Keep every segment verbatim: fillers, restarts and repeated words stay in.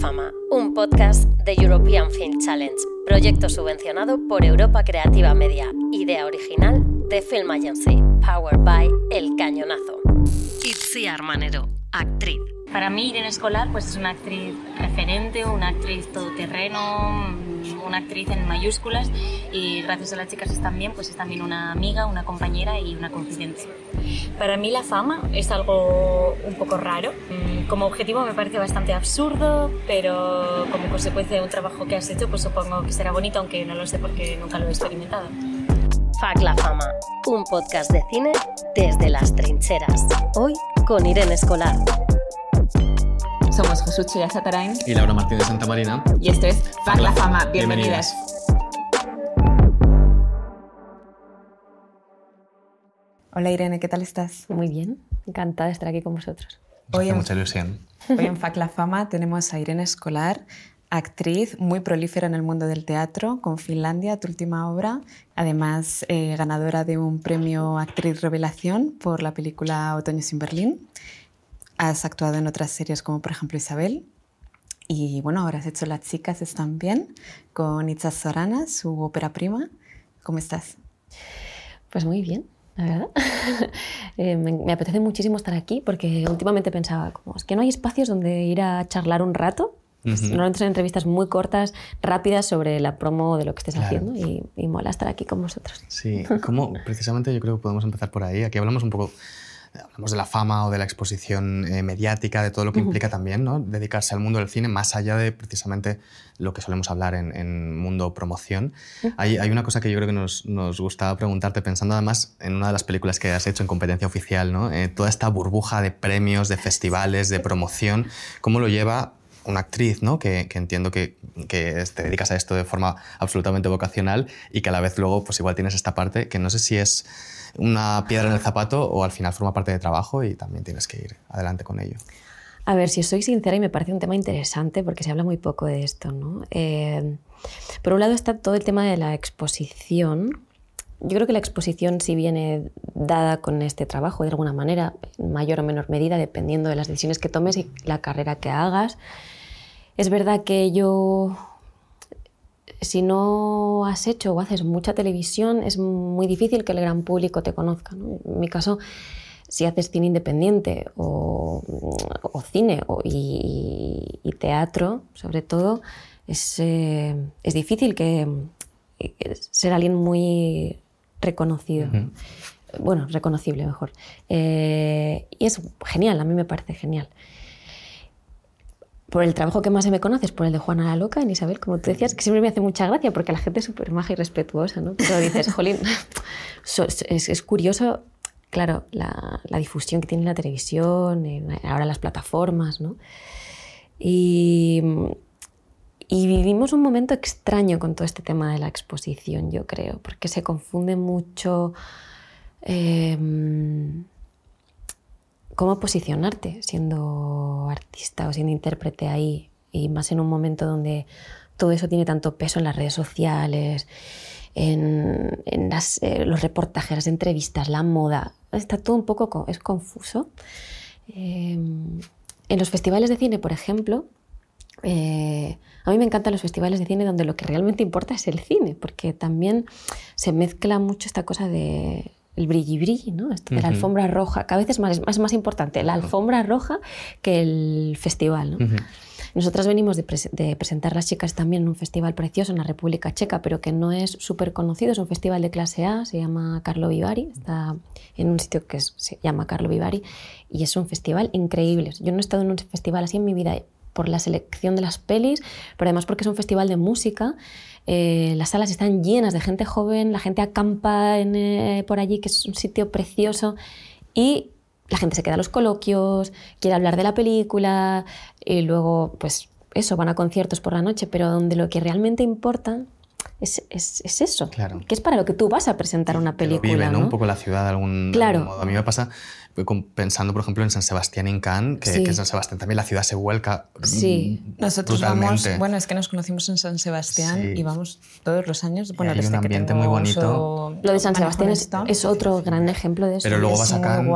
Fama, un podcast de European Film Challenge, proyecto subvencionado por Europa Creativa Media, idea original de Film Agency, powered by El Cañonazo. Itziar Manero, actriz. Para mí, Irene Escolar pues, es una actriz referente, una actriz todoterreno, una actriz en mayúsculas, y gracias a Las chicas están bien, pues es también una amiga, una compañera y una confidente. Para mí la fama es algo un poco raro. Como objetivo me parece bastante absurdo, pero como consecuencia de un trabajo que has hecho, pues supongo que será bonito, aunque no lo sé porque nunca lo he experimentado. Fuck la Fama, un podcast de cine desde las trincheras. Hoy con Irene Escolar. Somos Jesús Chilla Satarain y Laura Martínez Santamarina. Y esto es Fuck la Fama. Bienvenidas. con Finlandia, tu última obra. Además, eh, ganadora de un premio Actriz Revelación por la película Otoños en Berlín. Has actuado en otras series como, por ejemplo, Isabel. Y bueno, ahora has hecho Las chicas están bien con Itziar Sorana, su ópera prima. ¿Cómo estás? Pues muy bien, la verdad. eh, me, me apetece muchísimo estar aquí porque últimamente pensaba, como, es que no hay espacios donde ir a charlar un rato. Uh-huh. Normalmente son entrevistas muy cortas, rápidas sobre la promo de lo que estés claro. haciendo y, y mola estar aquí con vosotros. Sí, como precisamente yo creo que podemos empezar por ahí. Aquí hablamos un poco... Hablamos de la fama o de la exposición eh, mediática, de todo lo que uh-huh. implica también, ¿no? Dedicarse al mundo del cine, más allá de precisamente lo que solemos hablar en, en mundo promoción. Uh-huh. Hay, hay una cosa que yo creo que nos, nos gustaba preguntarte, pensando además en una de las películas que has hecho en competencia oficial, ¿no? Eh, toda esta burbuja de premios, de festivales, de promoción, ¿cómo lo lleva una actriz, ¿no? que, que entiendo que, que te dedicas a esto de forma absolutamente vocacional y que a la vez luego pues igual tienes esta parte que no sé si es una piedra en el zapato o al final forma parte de trabajo y también tienes que ir adelante con ello? A ver, si os soy sincera, y me parece un tema interesante porque se habla muy poco de esto, ¿no? Eh, por un lado está todo el tema de la exposición. Yo creo que la exposición sí viene dada con este trabajo de alguna manera, en mayor o menor medida, dependiendo de las decisiones que tomes y la carrera que hagas. Es verdad que yo, si no has hecho o haces mucha televisión, es muy difícil que el gran público te conozca, ¿no? En mi caso, si haces cine independiente o, o cine o, y, y teatro, sobre todo, es, eh, es difícil que, que ser alguien muy reconocido. Uh-huh. Bueno, reconocible mejor. Eh, y es genial, a mí me parece genial. Por el trabajo que más se me conoce es por el de Juana la Loca en Isabel, como tú decías, que siempre me hace mucha gracia porque la gente es súper maja y respetuosa, ¿no? Pero dices, jolín, es, es curioso, claro, la, la difusión que tiene la televisión, ahora las plataformas, ¿no? Y, y vivimos un momento extraño con todo este tema de la exposición, yo creo, porque se confunde mucho eh, cómo posicionarte siendo artista o siendo intérprete ahí, y más en un momento donde todo eso tiene tanto peso en las redes sociales, en, en las, eh, los reportajes, las entrevistas, la moda. Está todo un poco es confuso. Eh, en los festivales de cine, por ejemplo, eh, a mí me encantan los festivales de cine donde lo que realmente importa es el cine, porque también se mezcla mucho esta cosa de el brilli-brilli, ¿no? Esto de la uh-huh. alfombra roja, que a veces es más, es más importante la alfombra roja que el festival, ¿no? Uh-huh. Nosotras venimos de, pres- de presentar Las chicas también en un festival precioso en la República Checa, pero que no es súper conocido, es un festival de clase A, se llama Karlovy Vary, está en un sitio que es, se llama Karlovy Vary, y es un festival increíble. Yo no he estado en un festival así en mi vida por la selección de las pelis, pero además porque es un festival de música. Eh, las salas están llenas de gente joven, la gente acampa en, eh, por allí, que es un sitio precioso, y la gente se queda a los coloquios, quiere hablar de la película, y luego, pues eso, van a conciertos por la noche, pero donde lo que realmente importa es, es, es eso, claro. que es para lo que tú vas a presentar una película. Que lo vive, ¿no? ¿no? Un poco la ciudad de algún, claro. algún modo. A mí me pasa pensando, por ejemplo, en San Sebastián en Cannes, que, sí. que en San Sebastián también la ciudad se vuelca sí. Nosotros brutalmente. Vamos, bueno, es que nos conocimos en San Sebastián sí. y vamos todos los años. Bueno, hay un ambiente muy bonito. Lo de San Sebastián es, es otro gran ejemplo de eso. Pero luego vas a Cannes muy guay.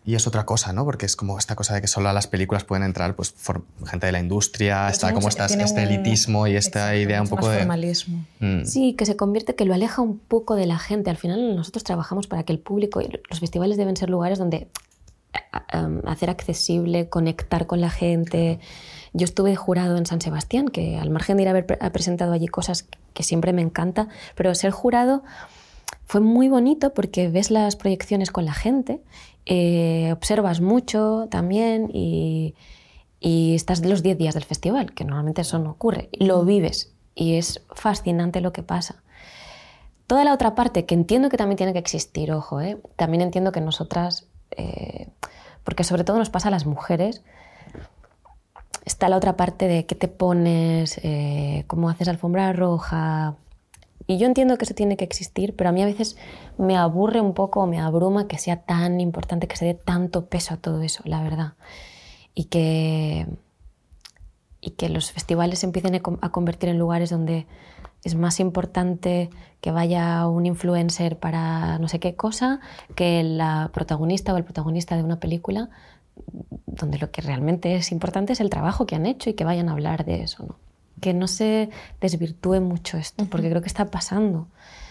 Y es otra cosa, ¿no? Porque es como esta cosa de que solo a las películas pueden entrar pues, for, gente de la industria, pues está como estas, este un, elitismo y esta exacto, idea un poco de... formalismo. Mm. Sí, que se convierte, que lo aleja un poco de la gente. Al final nosotros trabajamos para que el público... Los festivales deben ser lugares donde um, hacer accesible, conectar con la gente. Yo estuve de jurado en San Sebastián, que al margen de ir a haber pre- presentado allí cosas que siempre me encanta, pero ser jurado fue muy bonito porque ves las proyecciones con la gente, eh, observas mucho también y, y estás de los diez días del festival, que normalmente eso no ocurre. Lo vives y es fascinante lo que pasa. Toda la otra parte, que entiendo que también tiene que existir, ojo, ¿eh? También entiendo que nosotras, eh, porque sobre todo nos pasa a las mujeres, está la otra parte de qué te pones, eh, cómo haces alfombra roja. Y yo entiendo que eso tiene que existir, pero a mí a veces me aburre un poco o me abruma que sea tan importante, que se dé tanto peso a todo eso, la verdad. Y que, y que los festivales se empiecen a convertir en lugares donde es más importante que vaya un influencer para no sé qué cosa que la protagonista o el protagonista de una película, donde lo que realmente es importante es el trabajo que han hecho y que vayan a hablar de eso, ¿no? Que no se desvirtúe mucho esto, porque creo que está pasando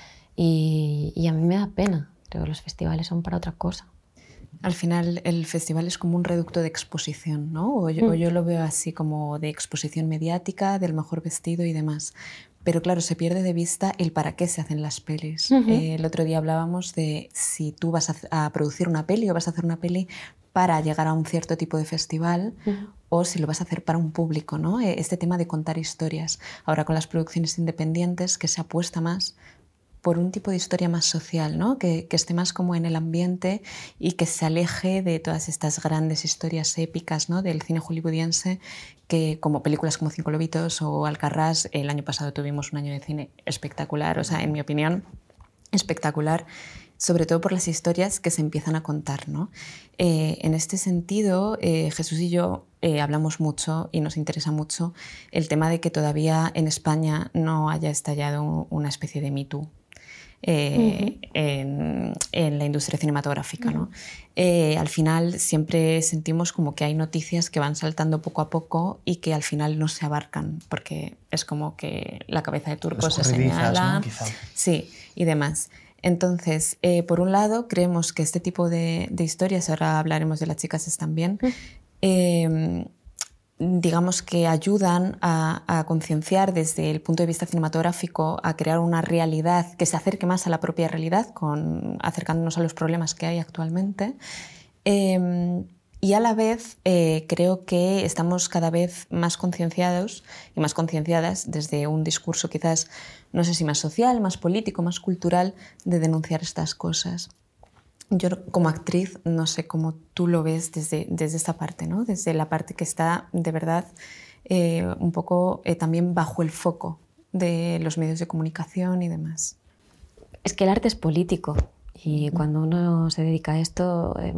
y, y a mí me da pena. Creo que los festivales son para otra cosa. Al final el festival es como un reducto de exposición, ¿no? O yo, mm. o yo lo veo así como de exposición mediática, del mejor vestido y demás. Pero claro, se pierde de vista el para qué se hacen las pelis. Uh-huh. Eh, el otro día hablábamos de si tú vas a, a producir una peli o vas a hacer una peli para llegar a un cierto tipo de festival uh-huh. o si lo vas a hacer para un público, ¿no? Este tema de contar historias. Ahora con las producciones independientes que se apuesta más por un tipo de historia más social, ¿no? Que, que esté más como en el ambiente y que se aleje de todas estas grandes historias épicas, ¿no? Del cine hollywoodiense, que como películas como Cinco Lobitos o Alcarrás, el año pasado tuvimos un año de cine espectacular, o sea, en mi opinión, espectacular, sobre todo por las historias que se empiezan a contar, ¿no? Eh, en este sentido, eh, Jesús y yo eh, hablamos mucho y nos interesa mucho el tema de que todavía en España no haya estallado una especie de Me Too. Eh, uh-huh. en, en la industria cinematográfica, ¿no? Uh-huh. Eh, al final siempre sentimos como que hay noticias que van saltando poco a poco y que al final no se abarcan, porque es como que la cabeza de turco se señala, ¿no? Quizá. Sí, y demás. Entonces, eh, por un lado, creemos que este tipo de, de historias, ahora hablaremos de Las chicas están bien, uh-huh. eh, digamos que ayudan a, a concienciar desde el punto de vista cinematográfico, a crear una realidad que se acerque más a la propia realidad, con, acercándonos a los problemas que hay actualmente. Eh, y a la vez eh, creo que estamos cada vez más concienciados y más concienciadas desde un discurso quizás, no sé si más social, más político, más cultural, de denunciar estas cosas. Yo como actriz no sé cómo tú lo ves desde, desde esta parte, ¿no? Desde la parte que está de verdad eh, un poco eh, también bajo el foco de los medios de comunicación y demás. Es que el arte es político y uh-huh. cuando uno se dedica a esto, eh,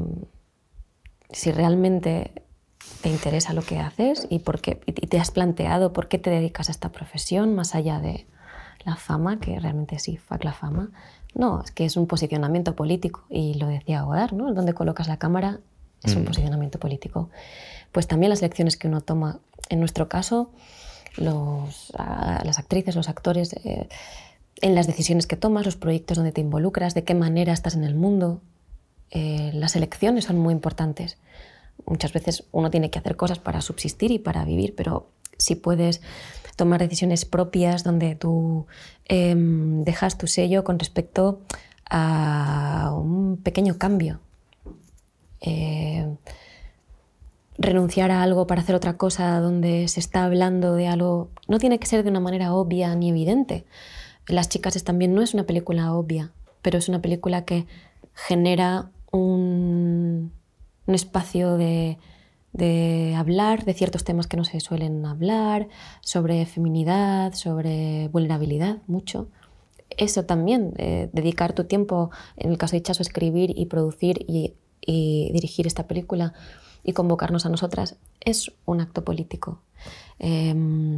si realmente te interesa lo que haces y, por qué, y te has planteado por qué te dedicas a esta profesión, más allá de la fama, que realmente sí, fuck la fama. No, es que es un posicionamiento político y lo decía Godard, ¿no? Donde colocas la cámara es mm. un posicionamiento político. Pues también las elecciones que uno toma, en nuestro caso, los, a, las actrices, los actores, eh, en las decisiones que tomas, los proyectos donde te involucras, de qué manera estás en el mundo, eh, las elecciones son muy importantes. Muchas veces uno tiene que hacer cosas para subsistir y para vivir, pero si puedes tomar decisiones propias donde tú eh, dejas tu sello con respecto a un pequeño cambio. Eh, renunciar a algo para hacer otra cosa donde se está hablando de algo no tiene que ser de una manera obvia ni evidente. Las chicas también no es una película obvia, pero es una película que genera un, un espacio de... de hablar de ciertos temas que no se suelen hablar, sobre feminidad, sobre vulnerabilidad, mucho. Eso también, eh, dedicar tu tiempo, en el caso de Itxaso, escribir y producir y, y dirigir esta película y convocarnos a nosotras, es un acto político. Eh,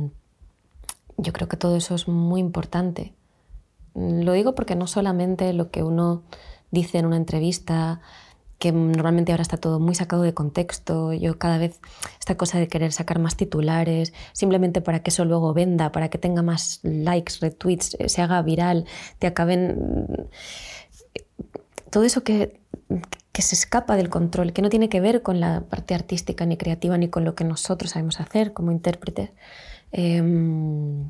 yo creo que todo eso es muy importante. Lo digo porque no solamente lo que uno dice en una entrevista que normalmente ahora está todo muy sacado de contexto. Yo cada vez esta cosa de querer sacar más titulares simplemente para que eso luego venda, para que tenga más likes, retweets, se haga viral, te acaben... Todo eso que, que se escapa del control, que no tiene que ver con la parte artística ni creativa ni con lo que nosotros sabemos hacer como intérpretes, eh,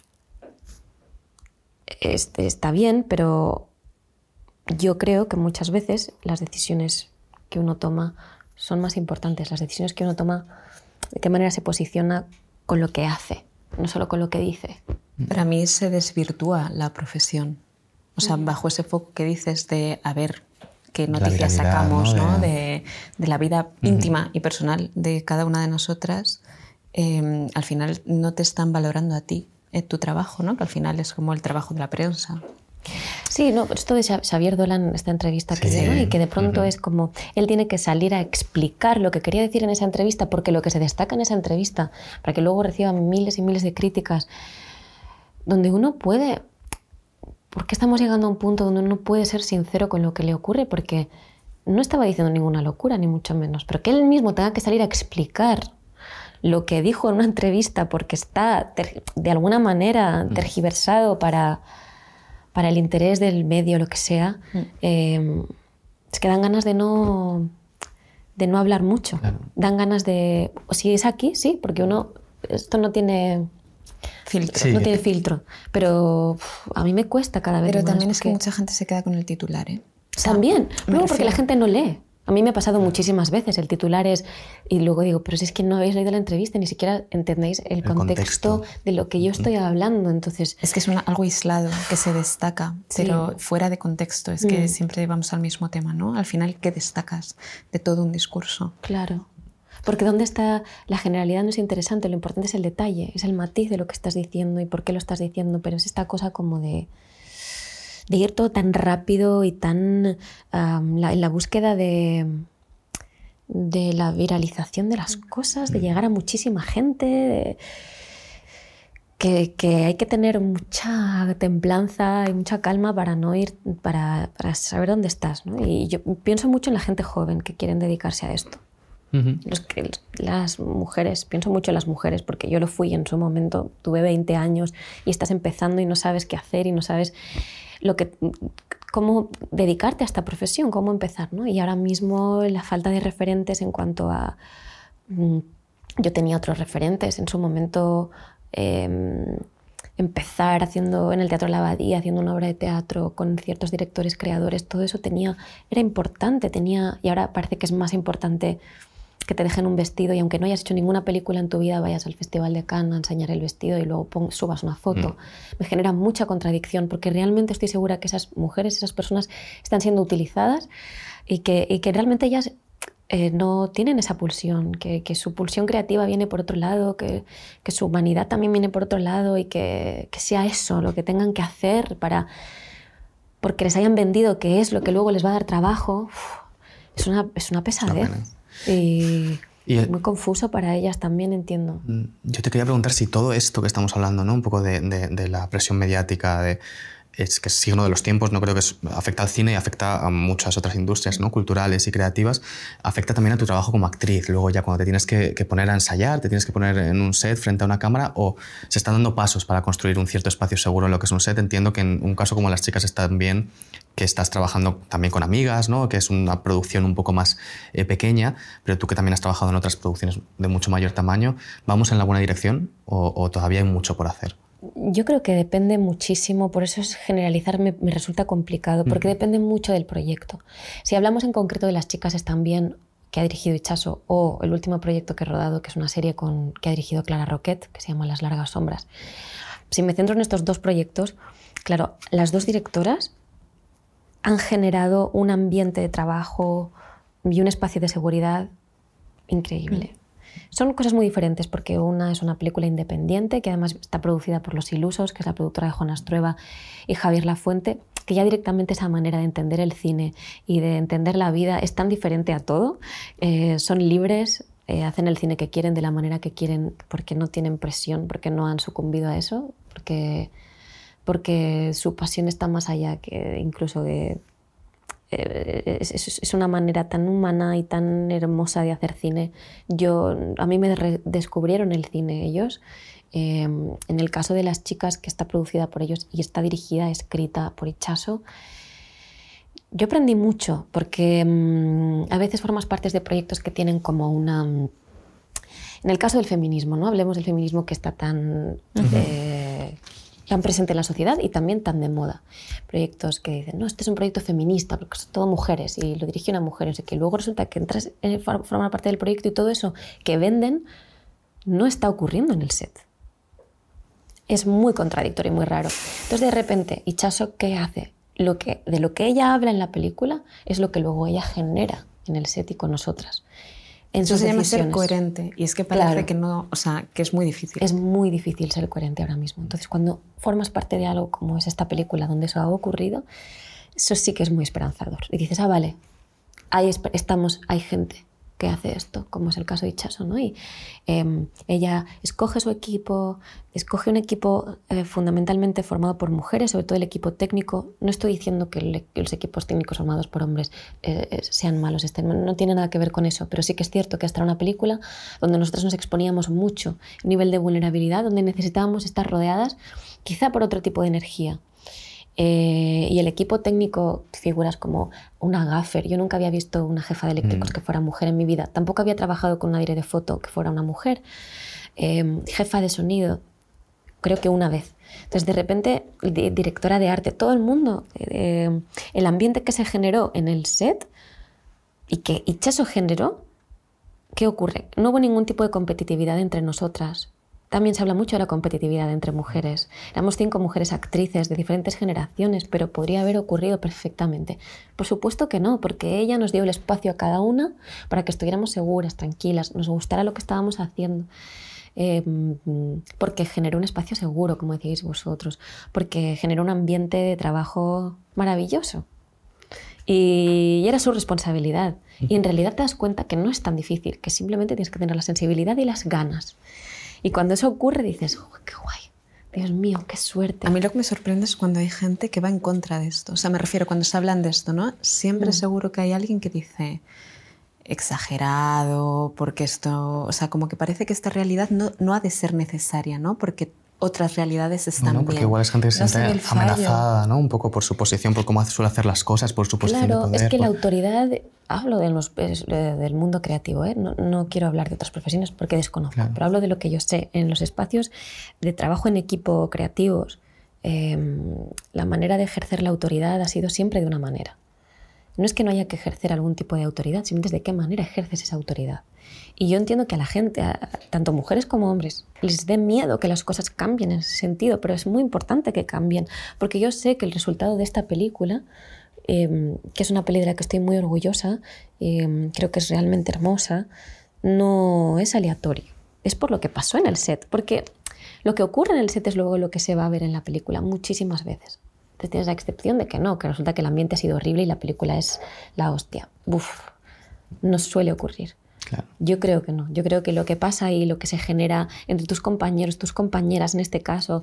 este, está bien, pero yo creo que muchas veces las decisiones que uno toma son más importantes. Las decisiones que uno toma, de qué manera se posiciona con lo que hace, no solo con lo que dice. Para mí se desvirtúa la profesión. O sea, bajo ese foco que dices de a ver qué noticias sacamos, ¿no? ¿no? De, de la vida uh-huh. íntima y personal de cada una de nosotras, eh, al final no te están valorando a ti, eh, tu trabajo, ¿no? Que al final es como el trabajo de la prensa. Sí, no, pero esto de Xavier Dolan, esta entrevista que sí. dio, y que de pronto uh-huh. es como él tiene que salir a explicar lo que quería decir en esa entrevista, porque lo que se destaca en esa entrevista, para que luego reciba miles y miles de críticas, donde uno puede... ¿Por qué estamos llegando a un punto donde uno puede ser sincero con lo que le ocurre? Porque no estaba diciendo ninguna locura, ni mucho menos, pero que él mismo tenga que salir a explicar lo que dijo en una entrevista porque está de alguna manera tergiversado para... para el interés del medio, lo que sea, mm. eh, es que dan ganas de no, de no hablar mucho. Claro. Dan ganas de... Si es aquí, sí, porque uno... Esto no tiene filtro, sí. no tiene filtro. Pero uf, a mí me cuesta cada vez Pero más. Pero también es que mucha gente se queda con el titular, ¿eh? O sea, también. Luego porque la gente no lee. A mí me ha pasado muchísimas veces. El titular es... Y luego digo, pero si es que no habéis leído la entrevista, ni siquiera entendéis el, el contexto, contexto de lo que yo estoy hablando. Entonces... Es que es una, algo aislado, que se destaca, sí. pero fuera de contexto. Es que mm. siempre vamos al mismo tema, ¿no? Al final, ¿qué destacas de todo un discurso? Claro. Porque ¿dónde está la generalidad? No es interesante. Lo importante es el detalle, es el matiz de lo que estás diciendo y por qué lo estás diciendo. Pero es esta cosa como de... de ir todo tan rápido y tan um, la, en la búsqueda de, de la viralización de las cosas, de llegar a muchísima gente, de, que, que hay que tener mucha templanza y mucha calma para no ir, para, para saber dónde estás, ¿no? Y yo pienso mucho en la gente joven que quieren dedicarse a esto. Uh-huh. Los que, las mujeres, pienso mucho en las mujeres porque yo lo fui en su momento, tuve veinte años y estás empezando y no sabes qué hacer y no sabes lo que, cómo dedicarte a esta profesión, cómo empezar, ¿no? Y ahora mismo la falta de referentes en cuanto a... Yo tenía otros referentes en su momento, eh, empezar haciendo en el Teatro La Abadía, haciendo una obra de teatro con ciertos directores, creadores, todo eso tenía, era importante, tenía, y ahora parece que es más importante que te dejen un vestido y aunque no hayas hecho ninguna película en tu vida vayas al Festival de Cannes a enseñar el vestido y luego pon, subas una foto. Mm. Me genera mucha contradicción porque realmente estoy segura que esas mujeres, esas personas están siendo utilizadas y que, y que realmente ellas eh, no tienen esa pulsión, que, que su pulsión creativa viene por otro lado, que, que su humanidad también viene por otro lado y que, que sea eso lo que tengan que hacer para... porque les hayan vendido que es lo que luego les va a dar trabajo. Uf, es una, es una pesadez. Y, y el, muy confuso para ellas también, entiendo. Yo te quería preguntar si todo esto que estamos hablando, ¿no? Un poco de, de, de la presión mediática, de, es que es signo de los tiempos, no creo que es, afecta al cine y afecta a muchas otras industrias, ¿no? Culturales y creativas, afecta también a tu trabajo como actriz. Luego ya cuando te tienes que, que poner a ensayar, te tienes que poner en un set frente a una cámara o se están dando pasos para construir un cierto espacio seguro en lo que es un set. Entiendo que en un caso como Las Chicas están bien, que estás trabajando también con amigas, ¿no? Que es una producción un poco más eh, pequeña, pero tú que también has trabajado en otras producciones de mucho mayor tamaño, ¿vamos en la buena dirección o, o todavía hay mucho por hacer? Yo creo que depende muchísimo, por eso es generalizar me, me resulta complicado, porque mm. depende mucho del proyecto. Si hablamos en concreto de Las Chicas están bien, que ha dirigido Itxaso, o el último proyecto que he rodado, que es una serie con, que ha dirigido Clara Roquet, que se llama Las Largas Sombras. Si me centro en estos dos proyectos, claro, las dos directoras han generado un ambiente de trabajo y un espacio de seguridad increíble. Mm. Son cosas muy diferentes porque una es una película independiente que además está producida por Los Ilusos, que es la productora de Jonas Trueba y Javier Lafuente, que ya directamente esa manera de entender el cine y de entender la vida es tan diferente a todo. Eh, son libres, eh, hacen el cine que quieren de la manera que quieren porque no tienen presión, porque no han sucumbido a eso, porque... porque su pasión está más allá que incluso de eh, es, es una manera tan humana y tan hermosa de hacer cine. Yo, a mí me descubrieron el cine ellos. Eh, en el caso de Las chicas, que está producida por ellos y está dirigida, escrita por Itxaso, yo aprendí mucho porque mmm, a veces formas parte de proyectos que tienen como una... En el caso del feminismo, ¿no? Hablemos del feminismo que está tan, uh-huh. eh, tan presente en la sociedad y también tan de moda. Proyectos que dicen, no, este es un proyecto feminista porque son todo mujeres y lo dirige una mujer, no sé qué. Luego resulta que entras, eh, forma parte del proyecto y todo eso que venden no está ocurriendo en el set. Es muy contradictorio y muy raro. Entonces, de repente, Itxaso, ¿qué hace? Lo que, de lo que ella habla en la película es lo que luego ella genera en el set y con nosotras. En Eso sus se llama decisiones. Ser coherente. Y es que parece Claro. que no, o sea, que es muy difícil. Es muy difícil ser coherente ahora mismo. Entonces, cuando formas parte de algo como es esta película, donde eso ha ocurrido, eso sí que es muy esperanzador. Y dices, ah, vale, ahí estamos, hay gente que hace esto, como es el caso de Itxaso, ¿no? Y eh, ella escoge su equipo, escoge un equipo eh, fundamentalmente formado por mujeres, sobre todo el equipo técnico. No estoy diciendo que, el, que los equipos técnicos formados por hombres eh, sean malos, estén, no tiene nada que ver con eso, pero sí que es cierto que esta era una película donde nosotros nos exponíamos mucho, un nivel de vulnerabilidad, donde necesitábamos estar rodeadas quizá por otro tipo de energía. Eh, y el equipo técnico, figuras como una gaffer. Yo nunca había visto una jefa de eléctricos mm. que fuera mujer en mi vida. Tampoco había trabajado con una directora de foto que fuera una mujer. Eh, jefa de sonido, creo que una vez. Entonces, de repente, di- directora de arte, todo el mundo. Eh, el ambiente que se generó en el set y que Itxaso generó, ¿qué ocurre? No hubo ningún tipo de competitividad entre nosotras. También se habla mucho de la competitividad entre mujeres. Éramos cinco mujeres actrices de diferentes generaciones, pero podría haber ocurrido perfectamente. Por supuesto que no, porque ella nos dio el espacio a cada una para que estuviéramos seguras, tranquilas, nos gustara lo que estábamos haciendo. Eh, porque generó un espacio seguro, como decíais vosotros, porque generó un ambiente de trabajo maravilloso. Y era su responsabilidad. Y en realidad te das cuenta que no es tan difícil, que simplemente tienes que tener la sensibilidad y las ganas. Y cuando eso ocurre dices, oh, qué guay, Dios mío, qué suerte. A mí lo que me sorprende es cuando hay gente que va en contra de esto. O sea, me refiero, cuando se hablan de esto, ¿no? Siempre mm. seguro que hay alguien que dice exagerado, porque esto... O sea, como que parece que esta realidad no, no ha de ser necesaria, ¿no? Porque otras realidades están no, bien. Porque igual es gente que se no siente amenazada, ¿no? Un poco por su posición, por cómo suele hacer las cosas, por su posición claro, de poder. Es que por... la autoridad... Hablo de los, del mundo creativo, ¿eh? no, no quiero hablar de otras profesiones porque desconozco, claro. pero hablo de lo que yo sé. En los espacios de trabajo en equipo creativos, eh, la manera de ejercer la autoridad ha sido siempre de una manera. No es que no haya que ejercer algún tipo de autoridad, simplemente es de qué manera ejerces esa autoridad. Y yo entiendo que a la gente, a, tanto mujeres como hombres, les dé miedo que las cosas cambien en ese sentido, pero es muy importante que cambien, porque yo sé que el resultado de esta película... Eh, que es una peli de la que estoy muy orgullosa, eh, creo que es realmente hermosa, no es aleatorio, es por lo que pasó en el set, porque lo que ocurre en el set es luego lo que se va a ver en la película muchísimas veces. Entonces tienes la excepción de que no, que resulta que el ambiente ha sido horrible y la película es la hostia. Uf, no suele ocurrir. Claro. Yo creo que no, yo creo que lo que pasa y lo que se genera entre tus compañeros, tus compañeras en este caso,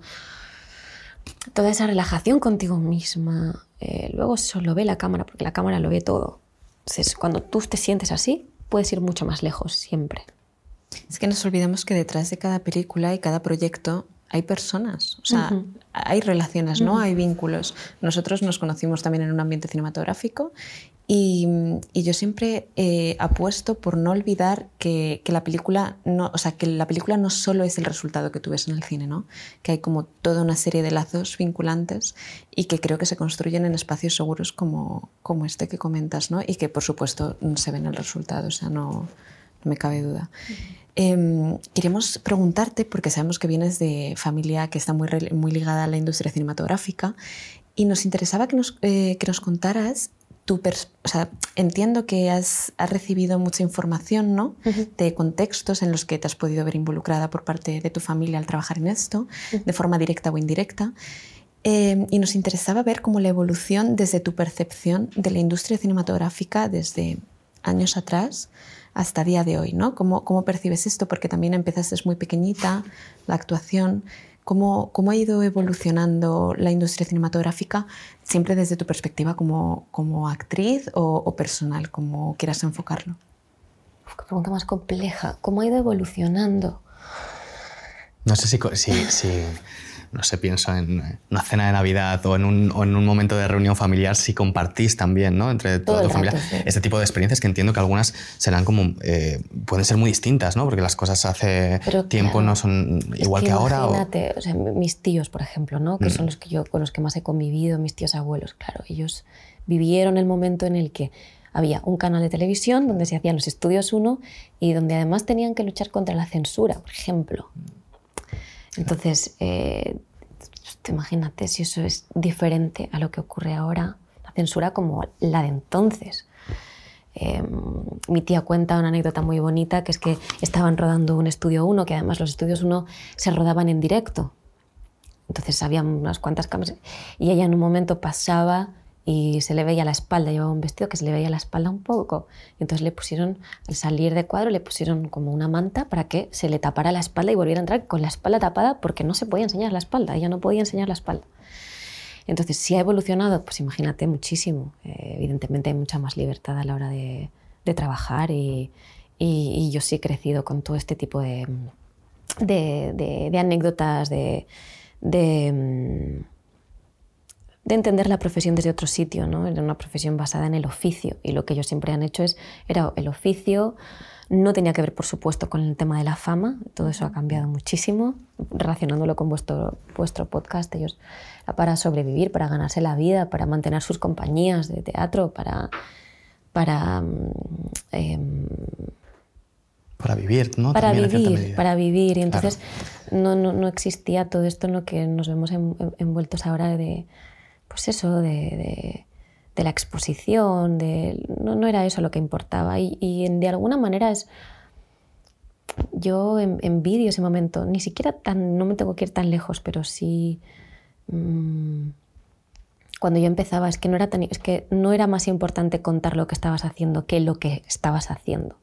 toda esa relajación contigo misma, eh, luego solo ve la cámara, porque la cámara lo ve todo. Entonces, cuando tú te sientes así, puedes ir mucho más lejos, siempre. Es que nos olvidamos que detrás de cada película y cada proyecto hay personas, o sea, uh-huh. hay relaciones, ¿no? Uh-huh. Hay vínculos. Nosotros nos conocimos también en un ambiente cinematográfico y, y yo siempre eh, apuesto por no olvidar que, que la película no, o sea, que la película no solo es el resultado que tú ves en el cine, ¿no? Que hay como toda una serie de lazos vinculantes y que creo que se construyen en espacios seguros como, como este que comentas, ¿no? Y que por supuesto se ven el resultado, o sea, no, no me cabe duda. Uh-huh. Eh, queremos preguntarte, porque sabemos que vienes de familia que está muy, muy ligada a la industria cinematográfica, y nos interesaba que nos, eh, que nos contaras tu pers- o sea, entiendo que has, has recibido mucha información, ¿no? Uh-huh. De contextos en los que te has podido ver involucrada por parte de tu familia al trabajar en esto, uh-huh. de forma directa o indirecta. Eh, y nos interesaba ver cómo la evolución desde tu percepción de la industria cinematográfica desde años atrás hasta el día de hoy, ¿no? ¿Cómo, cómo percibes esto? Porque también empezaste muy pequeñita, la actuación. ¿Cómo, ¿Cómo ha ido evolucionando la industria cinematográfica, siempre desde tu perspectiva como, como actriz o, o personal, como quieras enfocarlo? Uf, qué pregunta más compleja. ¿Cómo ha ido evolucionando? No sé si, si, si no sé, pienso en una cena de Navidad o en un, o en un momento de reunión familiar, si compartís también, ¿no? Entre toda Todo tu el familia, rato, sí. este tipo de experiencias que entiendo que algunas serán como, eh, pueden ser muy distintas, ¿no? Porque las cosas hace Pero, tiempo claro, no son igual es que, que ahora. Imagínate, o... o sea, mis tíos, por ejemplo, ¿no? Que Mm. son los que yo, con los que más he convivido, mis tíos abuelos, claro, ellos vivieron el momento en el que había un canal de televisión donde se hacían los estudios uno y donde además tenían que luchar contra la censura, por ejemplo. Entonces, eh, imagínate si eso es diferente a lo que ocurre ahora, la censura como la de entonces. Eh, mi tía cuenta una anécdota muy bonita, que es que estaban rodando un estudio uno, que además los estudios uno se rodaban en directo. Entonces había unas cuantas cámaras y ella en un momento pasaba y se le veía la espalda, llevaba un vestido que se le veía la espalda un poco. Y entonces le pusieron, al salir de cuadro, le pusieron como una manta para que se le tapara la espalda y volviera a entrar con la espalda tapada porque no se podía enseñar la espalda, ella no podía enseñar la espalda. Entonces, si ha evolucionado, pues imagínate muchísimo. Eh, evidentemente hay mucha más libertad a la hora de, de trabajar y, y, y yo sí he crecido con todo este tipo de, de, de, de anécdotas, de... de de entender la profesión desde otro sitio, ¿no? Era una profesión basada en el oficio y lo que ellos siempre han hecho es, era el oficio, no tenía que ver, por supuesto, con el tema de la fama, todo eso ha cambiado muchísimo, relacionándolo con vuestro, vuestro podcast, ellos para sobrevivir, para ganarse la vida, para mantener sus compañías de teatro, para... para eh, Para vivir, ¿no? Para También vivir, para vivir. Y entonces claro. no, no, no existía todo esto en lo que nos vemos en, en, envueltos ahora de... Pues eso, de, de, de la exposición, de, no, no era eso lo que importaba. Y, y de alguna manera es... Yo envidio ese momento, ni siquiera tan, no me tengo que ir tan lejos, pero sí... Mmm, cuando yo empezaba, es que, no era tan, es que no era más importante contar lo que estabas haciendo que lo que estabas haciendo.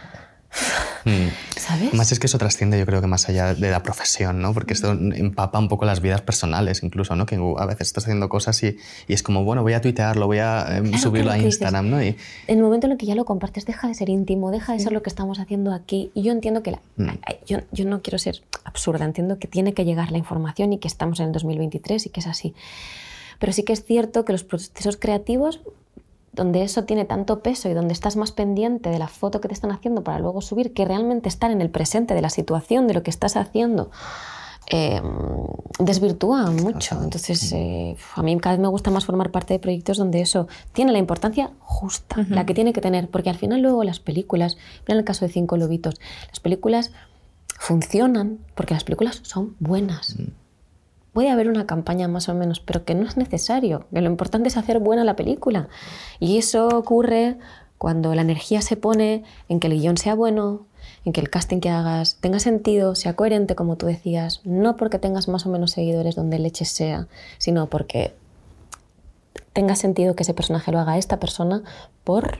Mm. ¿Sabes? Más es que eso trasciende, yo creo que más allá de la profesión, ¿no? Porque esto empapa un poco las vidas personales, incluso, ¿no? Que a veces estás haciendo cosas y, y es como, bueno, voy a tuitearlo, voy a eh, claro, subirlo claro, a Instagram, dices, ¿no? Y... en el momento en el que ya lo compartes, deja de ser íntimo, deja de ser lo que estamos haciendo aquí. Y yo entiendo que... La, mm. yo, yo no quiero ser absurda, entiendo que tiene que llegar la información y que estamos en el dos mil veintitrés y que es así. Pero sí que es cierto que los procesos creativos, donde eso tiene tanto peso y donde estás más pendiente de la foto que te están haciendo para luego subir, que realmente estar en el presente de la situación, de lo que estás haciendo, eh, desvirtúa mucho. Entonces, eh, a mí cada vez me gusta más formar parte de proyectos donde eso tiene la importancia justa, uh-huh. la que tiene que tener, porque al final luego las películas, en el caso de Cinco Lobitos, las películas funcionan porque las películas son buenas. Uh-huh. Puede haber una campaña más o menos, pero que no es necesario, que lo importante es hacer buena la película. Y eso ocurre cuando la energía se pone en que el guión sea bueno, en que el casting que hagas tenga sentido, sea coherente, como tú decías, no porque tengas más o menos seguidores donde leches sea, sino porque tenga sentido que ese personaje lo haga esta persona por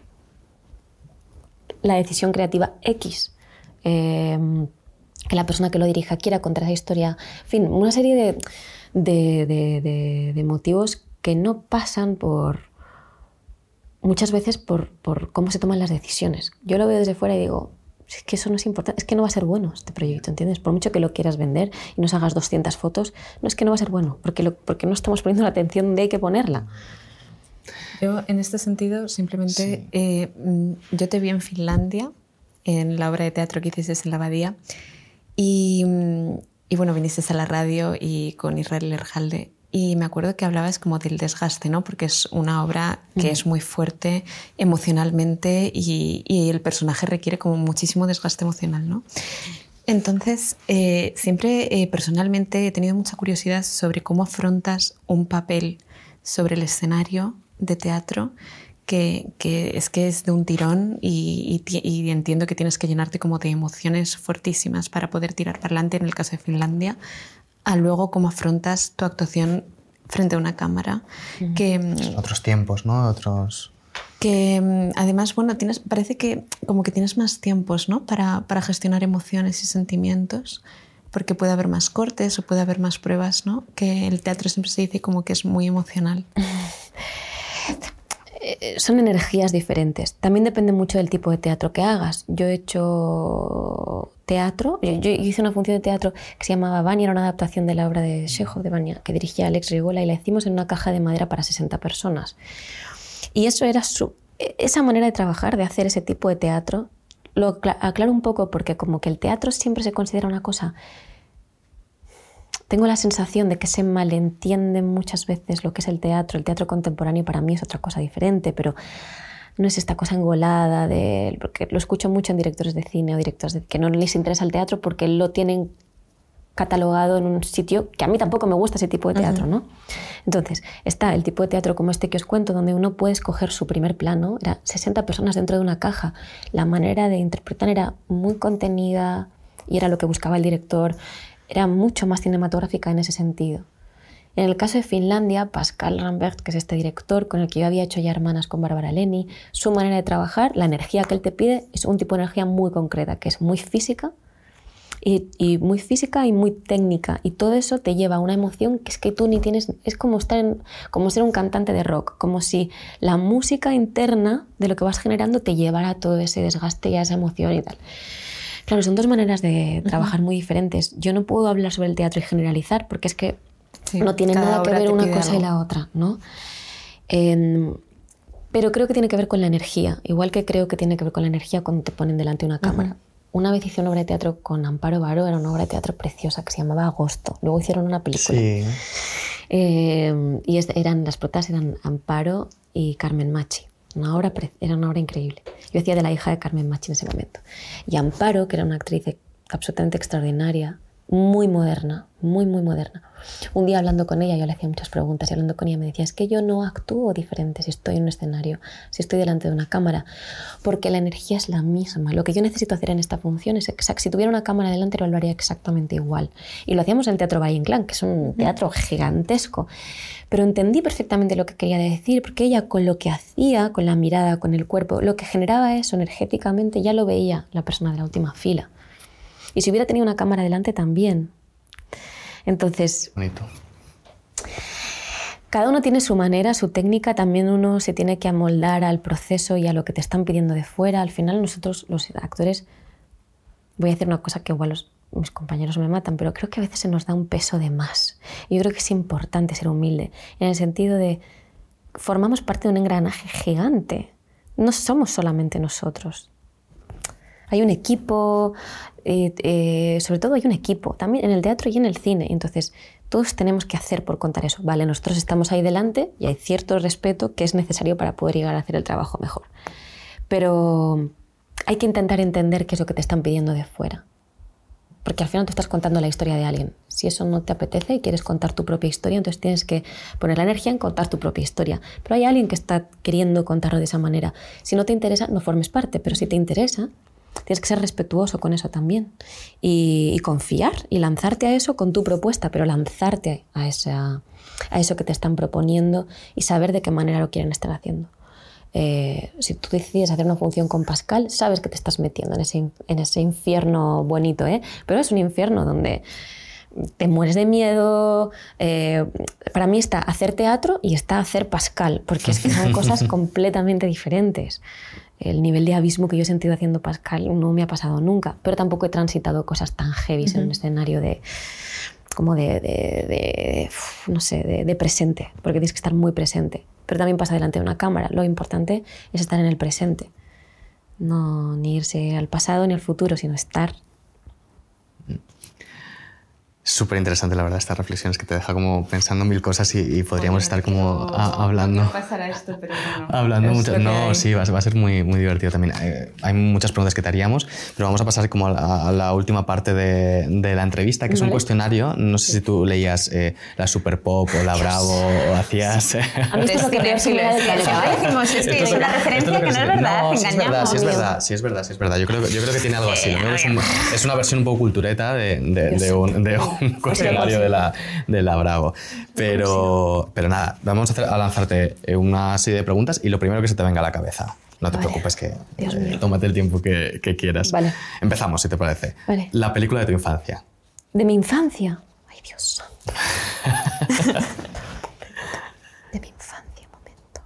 la decisión creativa X. Eh, que la persona que lo dirija quiera contar esa historia, en fin, una serie de, de, de, de, de motivos que no pasan por, muchas veces por, por cómo se toman las decisiones. Yo lo veo desde fuera y digo, es que eso no es importante, es que no va a ser bueno este proyecto, ¿entiendes? Por mucho que lo quieras vender y nos hagas doscientas fotos, no es que no va a ser bueno, porque, lo, porque no estamos poniendo la atención donde hay que ponerla. Yo, en este sentido, simplemente, sí. eh, yo te vi en Finlandia, en la obra de teatro que hiciste en la Abadía, Y, y bueno, viniste a la radio y con Israel Lerjalde y me acuerdo que hablabas como del desgaste, ¿no? Porque es una obra que mm. es muy fuerte emocionalmente y, y el personaje requiere como muchísimo desgaste emocional, ¿no? Entonces, eh, siempre eh, personalmente he tenido mucha curiosidad sobre cómo afrontas un papel sobre el escenario de teatro Que, que es que es de un tirón y, y, y entiendo que tienes que llenarte como de emociones fuertísimas para poder tirar para adelante, en el caso de Finlandia, a luego cómo afrontas tu actuación frente a una cámara. Mm. Que, otros tiempos, ¿no? Otros... Que además, bueno, tienes, parece que como que tienes más tiempos, ¿no? Para, para gestionar emociones y sentimientos, porque puede haber más cortes o puede haber más pruebas, ¿no? Que el teatro siempre se dice como que es muy emocional. Son energías diferentes. También depende mucho del tipo de teatro que hagas. Yo he hecho teatro, yo, yo hice una función de teatro que se llamaba Vania, era una adaptación de la obra de Chekhov, de Vania, que dirigía Alex Rigola, y la hicimos en una caja de madera para sesenta personas. Y eso era su, esa manera de trabajar, de hacer ese tipo de teatro, lo aclaro un poco porque como que el teatro siempre se considera una cosa... Tengo la sensación de que se malentiende muchas veces lo que es el teatro. El teatro contemporáneo para mí es otra cosa diferente, pero no es esta cosa engolada, de, porque lo escucho mucho en directores de cine o directores de, que no les interesa el teatro porque lo tienen catalogado en un sitio que a mí tampoco me gusta ese tipo de teatro, uh-huh. ¿no? Entonces, está el tipo de teatro como este que os cuento, donde uno puede escoger su primer plano, era sesenta personas dentro de una caja. La manera de interpretar era muy contenida y era lo que buscaba el director. Era mucho más cinematográfica en ese sentido. En el caso de Finlandia, Pascal Rambert, que es este director con el que yo había hecho ya Hermanas con Bárbara Leni, su manera de trabajar, la energía que él te pide, es un tipo de energía muy concreta, que es muy física, y, y muy física y muy técnica. Y todo eso te lleva a una emoción que es que tú ni tienes... Es como, estar en, como ser un cantante de rock, como si la música interna de lo que vas generando te llevara a todo ese desgaste y a esa emoción y tal. Claro, son dos maneras de trabajar muy diferentes. Yo no puedo hablar sobre el teatro y generalizar porque es que sí, no tiene nada que ver una cosa algo. y la otra, ¿no? Eh, pero creo que tiene que ver con la energía, igual que creo que tiene que ver con la energía cuando te ponen delante de una cámara. Uh-huh. Una vez hice una obra de teatro con Amparo Baró, era una obra de teatro preciosa que se llamaba Agosto. Luego hicieron una película. Sí. Eh, y es, eran, las protas eran Amparo y Carmen Machi. Una obra, era una obra increíble. Yo hacía de la hija de Carmen Machi en ese momento. Y Amparo, que era una actriz absolutamente extraordinaria, muy moderna, muy, muy moderna. Un día hablando con ella, yo le hacía muchas preguntas y hablando con ella me decía, es que yo no actúo diferente si estoy en un escenario, si estoy delante de una cámara, porque la energía es la misma. Lo que yo necesito hacer en esta función es exacto. Si tuviera una cámara delante lo haría exactamente igual. Y lo hacíamos en el Teatro Valle Inclán, que es un teatro gigantesco. Pero entendí perfectamente lo que quería decir, porque ella con lo que hacía, con la mirada, con el cuerpo, lo que generaba eso energéticamente, ya lo veía la persona de la última fila. Y si hubiera tenido una cámara delante también. Entonces, bonito. Cada uno tiene su manera, su técnica, también uno se tiene que amoldar al proceso y a lo que te están pidiendo de fuera. Al final nosotros, los actores, voy a decir una cosa que igual los, mis compañeros me matan, pero creo que a veces se nos da un peso de más. Y yo creo que es importante ser humilde, en el sentido de formamos parte de un engranaje gigante. No somos solamente nosotros. Hay un equipo, eh, eh, sobre todo hay un equipo, también en el teatro y en el cine. Entonces, todos tenemos que hacer por contar eso. Vale, nosotros estamos ahí delante y hay cierto respeto que es necesario para poder llegar a hacer el trabajo mejor. Pero hay que intentar entender qué es lo que te están pidiendo de fuera. Porque al final tú estás contando la historia de alguien. Si eso no te apetece y quieres contar tu propia historia, entonces tienes que poner la energía en contar tu propia historia. Pero hay alguien que está queriendo contarlo de esa manera. Si no te interesa, no formes parte. Pero si te interesa, tienes que ser respetuoso con eso también y, y confiar y lanzarte a eso con tu propuesta, pero lanzarte a, esa, a eso que te están proponiendo y saber de qué manera lo quieren estar haciendo. Eh, si tú decides hacer una función con Pascal, sabes que te estás metiendo en ese, en ese infierno bonito, ¿eh? Pero es un infierno donde te mueres de miedo. Eh, para mí está hacer teatro y está hacer Pascal, porque es que son cosas completamente diferentes. El nivel de abismo que yo he sentido haciendo Pascal no me ha pasado nunca, pero tampoco he transitado cosas tan heavy uh-huh. en un escenario de, como de, de, de no sé, de, de presente, porque tienes que estar muy presente. Pero también pasa delante de una cámara. Lo importante es estar en el presente, no ni irse al pasado ni al futuro, sino estar. Súper interesante, la verdad, estas reflexiones que te deja como pensando mil cosas y, y podríamos bueno, estar como a, hablando. No pasará esto, pero bueno. Hablando mucho. No, sí, va, va a ser muy, muy divertido también. Eh, hay muchas preguntas que te haríamos, pero vamos a pasar como a la, a la última parte de, de la entrevista, que es ¿Vale? un cuestionario. No sé sí. si tú leías eh, la Super Pop o la Dios. Bravo o hacías. Eh. A mí esto es lo que peor se me da del planeta. Decimos, es que es una referencia que no es verdad. No, sí es verdad, sí es verdad, sí es verdad, sí es verdad. Yo creo, yo creo que tiene algo así. ¿no? Es, un, es una versión un poco cultureta de, de, de, un, de un cuestionario de la, de la Bravo. Pero, pero nada, vamos a, hacer, a lanzarte una serie de preguntas y lo primero que se te venga a la cabeza. No te vale. preocupes, que eh, tómate el tiempo que, que quieras. Vale. Empezamos, si te parece. Vale. La película de tu infancia. De mi infancia. Ay, Dios santo. De mi infancia, un momento.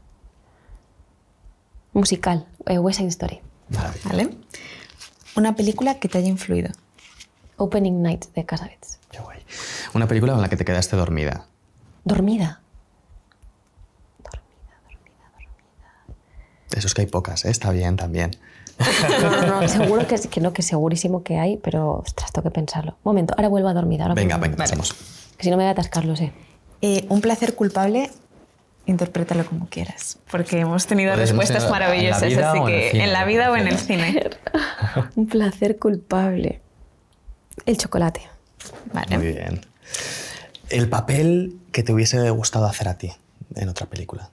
Musical, eh, West Side Story. Vale. Una película que te haya influido. Opening Night de Casabets. Qué guay. Una película con la que te quedaste dormida. Dormida. Dormida, dormida, dormida. Eso es que hay pocas, ¿eh? Está bien también. No, no, no, seguro que, que no, que segurísimo que hay, pero ostras, tengo que pensarlo. Un momento, ahora vuelvo a dormir. Ahora Venga, vuelvo a venga, dormir. pasamos. Que si no me voy a atascar, lo sé. Eh, un placer culpable, interprétalo como quieras, porque hemos tenido Pues hemos respuestas tenido maravillosas, en la vida así o en el que cine, en la vida o en el cine. Un placer culpable. El chocolate. Vale. Muy bien. El papel que te hubiese gustado hacer a ti en otra película.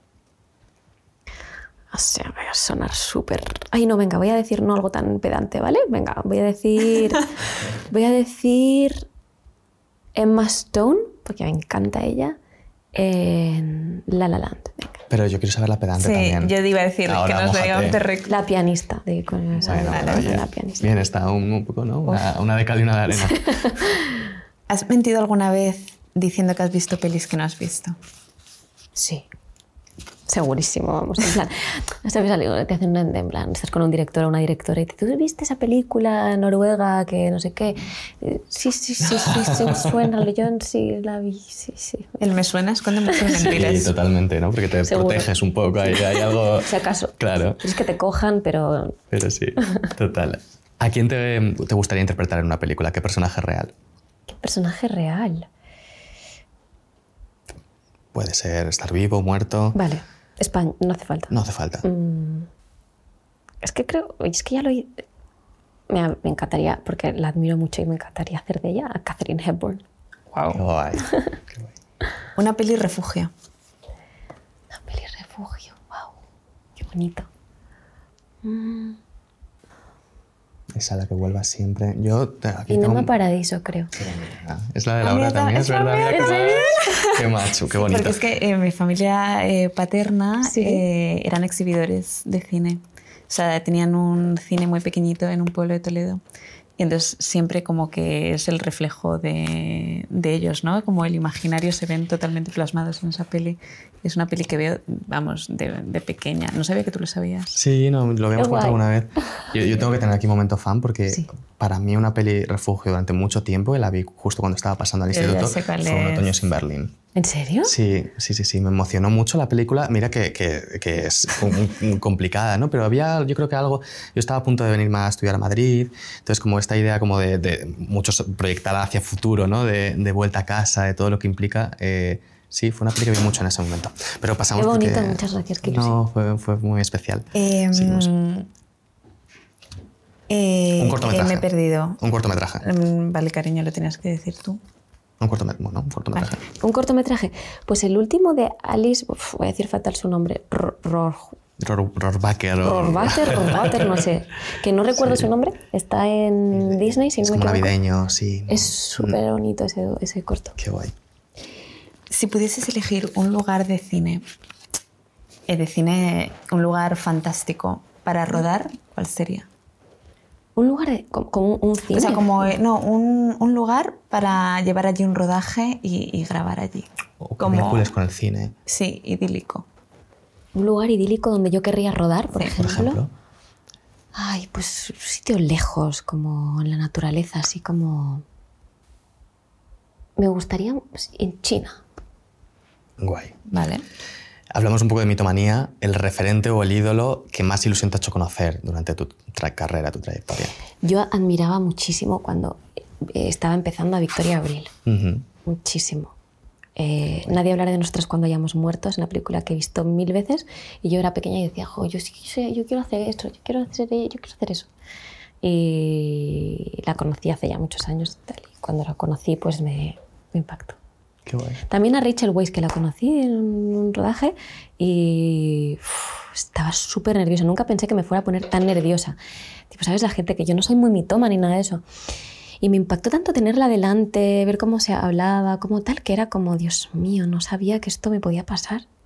O sea, voy a sonar súper... Ay, no, venga, voy a decir no algo tan pedante, ¿vale? Venga, voy a decir... voy a decir Emma Stone, porque me encanta ella, en La La Land. Venga. Pero yo quiero saber la pedante Sí, también. yo te iba a decir Ahora, que nos mójate. veíamos de rec... La pianista. De, con esa- Bueno, la, vale, la pianista. bien, está un, un poco, ¿no? Una, una de cal y una de arena. ¿Has mentido alguna vez diciendo que has visto pelis que no has visto? Sí. Segurísimo, vamos. En plan, ¿sabes algo? Te hacen una, en plan, estás con un director o una directora y te, ¿tú viste esa película noruega que no sé qué? Eh, Sí, sí, sí, sí, sí, me suena. Yo sí la vi, sí, sí. El me suena es cuando me suenan mentiras. Sí, totalmente, ¿no? Porque te Seguro. proteges un poco. Hay, hay algo... Si acaso. Claro, Es que te cojan, pero pero sí, total. ¿A quién te, te gustaría interpretar en una película? ¿Qué personaje real? qué personaje real. Puede ser estar vivo, muerto... Vale, España, no hace falta. No hace falta. Mm, es que creo, es que ya lo... hi- Me, me encantaría, porque la admiro mucho y me encantaría hacer de ella a Katharine Hepburn. Qué guay. Qué guay. Una peli refugio. Una peli refugio, wow, qué bonito. Mm, Esa a la que vuelvas siempre. Yo te- aquí Inema tengo un- Paradiso, creo. Ah, es la de Ah, Laura mira, también, es es la verdad. mía Mira, qué, también. macho, qué macho, qué bonito. Porque es que eh, mi familia eh, paterna Sí. eh, eran exhibidores de cine. O sea, tenían un cine muy pequeñito en un pueblo de Toledo. Y entonces siempre como que es el reflejo de, de ellos, ¿no? Como el imaginario se ven totalmente plasmados en esa peli. Es una peli que veo, vamos, de, de pequeña. No sabía que tú lo sabías. Sí, no, lo habíamos Qué contado guay. alguna vez. Yo, yo tengo que tener aquí momento fan porque Sí. para mí una peli refugio durante mucho tiempo, y la vi justo cuando estaba pasando al Yo ya instituto, sé cuál fue Un es. otoño sin Berlín. ¿En serio? Sí, sí, sí, sí, me emocionó mucho la película. Mira que, que, que es un- un- complicada, ¿no? Pero había, yo creo que algo... Yo estaba a punto de venirme a estudiar a Madrid, entonces como esta idea como de, de muchos proyectar hacia futuro, ¿no? De, de vuelta a casa, de todo lo que implica... eh, sí, fue una película que vi mucho en ese momento. Pero pasamos Qué bonito, porque- muchas gracias, qué No, fue, fue muy especial. Eh, Seguimos. eh, Un cortometraje. eh, me he perdido. Un cortometraje. Mm, Vale, cariño, lo tienes que decir tú. Un cortometraje. Bueno, un cortometraje. Un cortometraje. Pues el último de Alice, uf, voy a decir fatal su nombre, Ro- Ro- Ror- Rohrbacher. o- Rohrbacher, Rohrbacher, no sé, que no recuerdo su nombre, está en Disney, si Es no me como equivoco. navideño, sí. Es súper bonito ese, ese corto. Qué guay. Si pudieses elegir un lugar de cine, eh, de cine, un lugar fantástico para rodar, ¿cuál sería? Un lugar de, como, como un cine. O sea, como, eh, no, un, un lugar para llevar allí un rodaje y, y grabar allí. O que Como- vincules con el cine, Sí, idílico. Un lugar idílico donde yo querría rodar, por, Sí, ejemplo. por ejemplo. Ay, pues un sitio lejos, como en la naturaleza, así como... Me gustaría pues, en China. Guay. Vale. Hablamos un poco de mitomanía, el referente o el ídolo que más ilusión te ha hecho conocer durante tu tra- carrera, tu trayectoria. Yo admiraba muchísimo cuando eh, estaba empezando a Victoria Abril. Ujú. Muchísimo. Eh, Nadie hablará de nosotros cuando hayamos muerto. Es una película que he visto mil veces y yo era pequeña y decía, jo, yo, sí, yo, sé, yo quiero hacer esto, yo quiero hacer, yo quiero hacer eso. Y la conocí hace ya muchos años y tal, y cuando la conocí pues me, me impactó. Qué guay. También a Rachel Weisz, que la conocí en un rodaje y uf, estaba súper nerviosa. Nunca pensé que me fuera a poner tan nerviosa. Tipo, ¿sabes? La gente que yo no soy muy mitoma ni nada de eso. Y me impactó tanto tenerla delante, ver cómo se hablaba, como tal, que era como, Dios mío, no sabía que esto me podía pasar.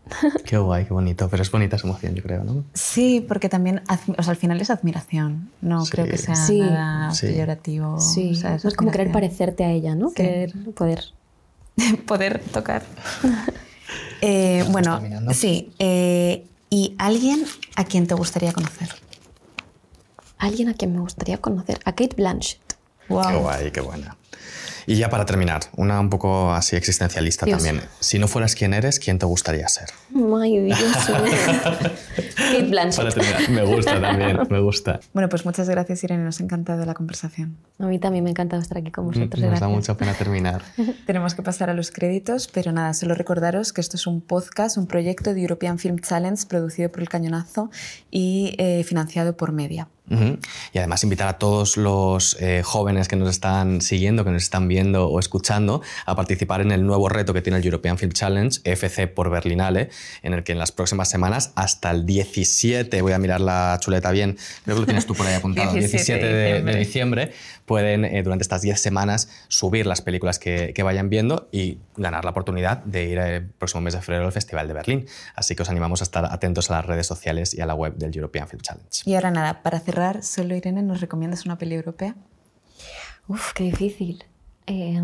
Qué guay, qué bonito. Pero es bonita esa emoción, yo creo, ¿no? Sí, porque también, o sea, al final es admiración. No Sí. creo que sea Sí. nada Sí. peyorativo. Sí, o sea, es como querer admiración. parecerte a ella, ¿no? Sí. Querer poder. Poder tocar. Eh, bueno, está mirando. sí. eh, ¿Y alguien a quien te gustaría conocer? Alguien a quien me gustaría conocer. A Kate Blanchett. Wow. Qué guay, qué buena. Y ya para terminar, una un poco así existencialista Dios. también. Si no fueras quien eres, ¿quién te gustaría ser? Ay, Dios mío. Kate Blanchett. Para terminar, me gusta también, me gusta. Bueno, pues muchas gracias, Irene. Nos ha encantado la conversación. A mí también me ha encantado estar aquí con vosotros. Nos da gracias. mucha pena terminar. Tenemos que pasar a los créditos, pero nada, solo recordaros que esto es un podcast, un proyecto de European Film Challenge producido por El Cañonazo y eh, financiado por Media. Uh-huh. Y además invitar a todos los eh, jóvenes que nos están siguiendo, que nos están viendo o escuchando, a participar en el nuevo reto que tiene el European Film Challenge, E F C por Berlinale, en el que en las próximas semanas, hasta el diecisiete, voy a mirar la chuleta bien, creo que lo tienes tú por ahí apuntado, diecisiete diecisiete de, de diciembre. diciembre, pueden eh, durante estas diez semanas subir las películas que, que vayan viendo y ganar la oportunidad de ir el próximo mes de febrero al Festival de Berlín. Así que os animamos a estar atentos a las redes sociales y a la web del European Film Challenge. Y ahora nada, para cerrar, solo Irene, ¿nos recomiendas una peli europea? Uf, qué difícil. Eh,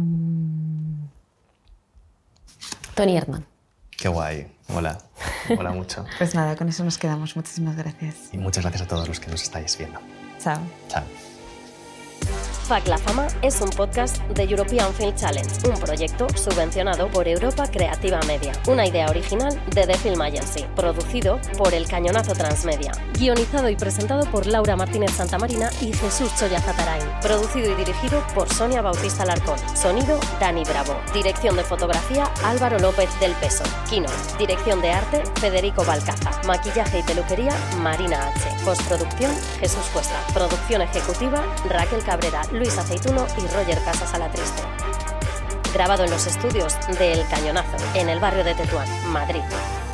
Tony Erdmann. Qué guay. Mola. Mola mucho. Pues nada, con eso nos quedamos. Muchísimas gracias. Y muchas gracias a todos los que nos estáis viendo. Chao. Chao. Fuck la Fama es un podcast de European Film Challenge, un proyecto subvencionado por Europa Creativa Media, una idea original de The Film Agency, producido por El Cañonazo Transmedia, guionizado y presentado por Laura Martínez Santamarina y Jesús Choya Zatarain, producido y dirigido por Sonia Bautista Larcón, sonido Dani Bravo, dirección de fotografía Álvaro López del Peso, Kino, dirección de arte Federico Balcaza, maquillaje y peluquería Marina H, postproducción Jesús Cuesta, producción ejecutiva Raquel Cabrera, Luis Aceituno y Roger Casas Alatriste. Grabado en los estudios de El Cañonazo, en el barrio de Tetuán, Madrid.